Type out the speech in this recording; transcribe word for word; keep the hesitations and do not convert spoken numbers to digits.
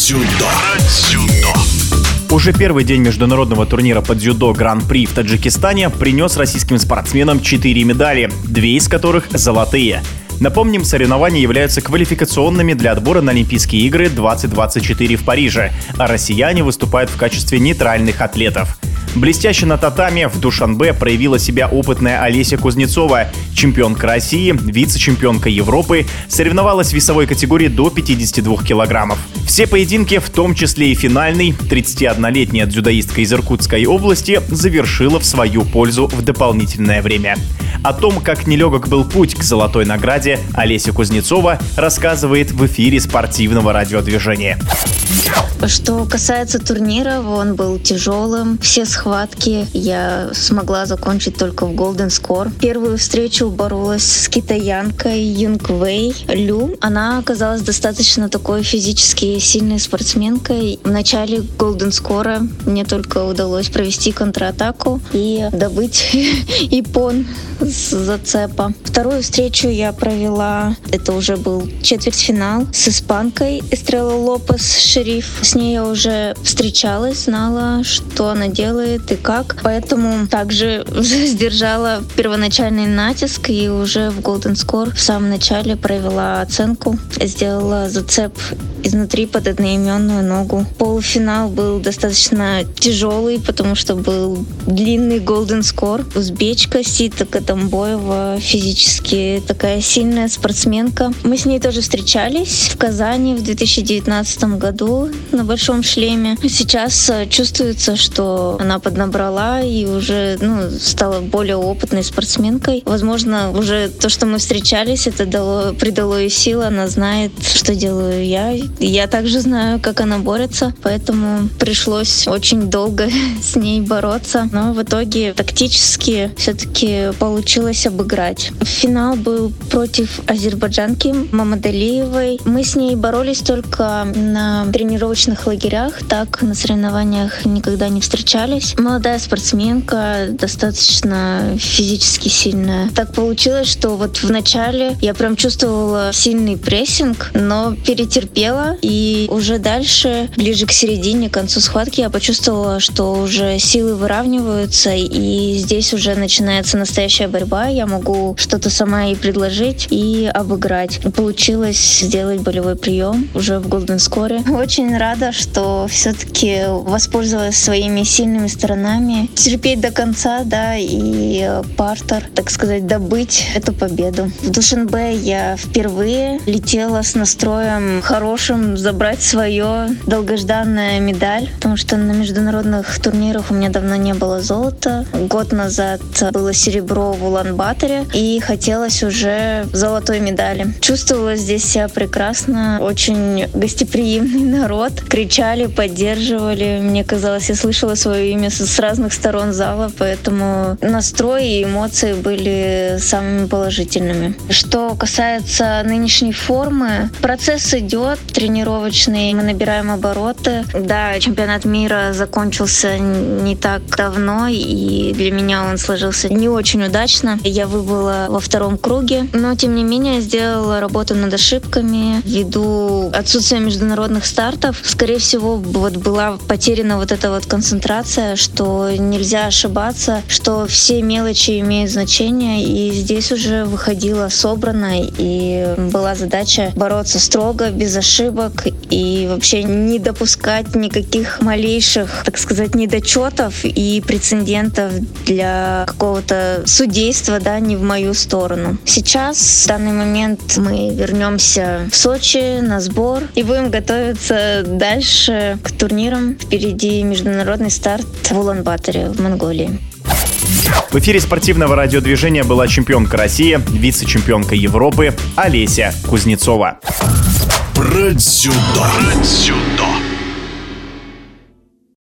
дзюдо. Про дзюдо. Уже первый день международного турнира по дзюдо Гран-при в Таджикистане принес российским спортсменам четыре медали, две из которых золотые. Напомним, соревнования являются квалификационными для отбора на Олимпийские игры двадцать двадцать четыре в Париже, а россияне выступают в качестве нейтральных атлетов. Блестяще на татами в Душанбе проявила себя опытная Олеся Кузнецова, чемпионка России, вице-чемпионка Европы, соревновалась в весовой категории до пятидесяти двух килограммов. Все поединки, в том числе и финальный, тридцатиоднолетняя дзюдоистка из Иркутской области завершила в свою пользу в дополнительное время. О том, как нелегок был путь к золотой награде, Олеся Кузнецова рассказывает в эфире спортивного радиодвижения. Что касается турнира, он был тяжелым. Все схватки я смогла закончить только в Golden Score. Первую встречу боролась с китаянкой Юнгвей Лю. Она оказалась достаточно такой физически сильной спортсменкой. В начале Golden Score мне только удалось провести контратаку и добыть иппон с зацепа. Вторую встречу я провела, это уже был четвертьфинал, с испанкой Эстрелла Лопес Шериф. С ней я уже встречалась, знала, что она делает и как. Поэтому также сдержала первоначальный натиск и уже в Golden Score в самом начале провела оценку. Сделала зацеп изнутри под одноименную ногу. Полуфинал был достаточно тяжелый, потому что был длинный Golden Score. Узбечка Сита Катамбоева, физически такая сильная спортсменка. Мы с ней тоже встречались в Казани в две тысячи девятнадцатом году на большом шлеме. Сейчас чувствуется, что она поднабрала и уже ну, стала более опытной спортсменкой. Возможно, уже то, что мы встречались, это дало, придало ей сил. Она знает, что делаю я. Я также знаю, как она борется, поэтому пришлось очень долго с ней бороться. Но в итоге тактически все-таки получилось обыграть. Финал был против азербайджанки Мамадалиевой. Мы с ней боролись только на тренировочных лагерях, так на соревнованиях никогда не встречались. Молодая спортсменка, достаточно физически сильная. Так получилось, что вот в начале я прям чувствовала сильный прессинг, но перетерпела. И уже дальше, ближе к середине, к концу схватки, я почувствовала, что уже силы выравниваются, и здесь уже начинается настоящая борьба. Я могу что-то сама ей предложить и обыграть. Получилось сделать болевой прием уже в Golden Score. Очень рада, что все-таки воспользовалась своими сильными сторонами. Терпеть до конца, да, и партер, так сказать, добыть эту победу. В Душанбе я впервые летела с настроем хорошим забрать свое, долгожданная медаль, потому что на международных турнирах у меня давно не было золота. Год назад было серебро в Улан-Баторе, и хотелось уже золотой медали. Чувствовала здесь себя прекрасно, очень гостеприимный народ. Кричали, поддерживали. Мне казалось, я слышала свое имя с разных сторон зала, поэтому настрой и эмоции были самыми положительными. Что касается нынешней формы, процесс идет, тренировочный, мы набираем обороты. Да, чемпионат мира закончился не так давно, и для меня он сложился не очень удачно. Я выбыла во втором круге, но тем не менее сделала работу над ошибками ввиду отсутствия международных стартов. Скорее всего, вот была потеряна вот эта вот концентрация, что нельзя ошибаться, что все мелочи имеют значение, и здесь уже выходила собрана, и была задача бороться строго, без ошибок, и вообще не допускать никаких малейших, так сказать, недочетов и прецедентов для какого-то судейства, да, не в мою сторону. Сейчас, в данный момент, мы вернемся в Сочи на сбор и будем готовиться дальше к турнирам. Впереди международный старт в Улан-Баторе, в Монголии. В эфире спортивного радиодвижения была чемпионка России, вице-чемпионка Европы Олеся Кузнецова. Про дзюдо. Про дзюдо.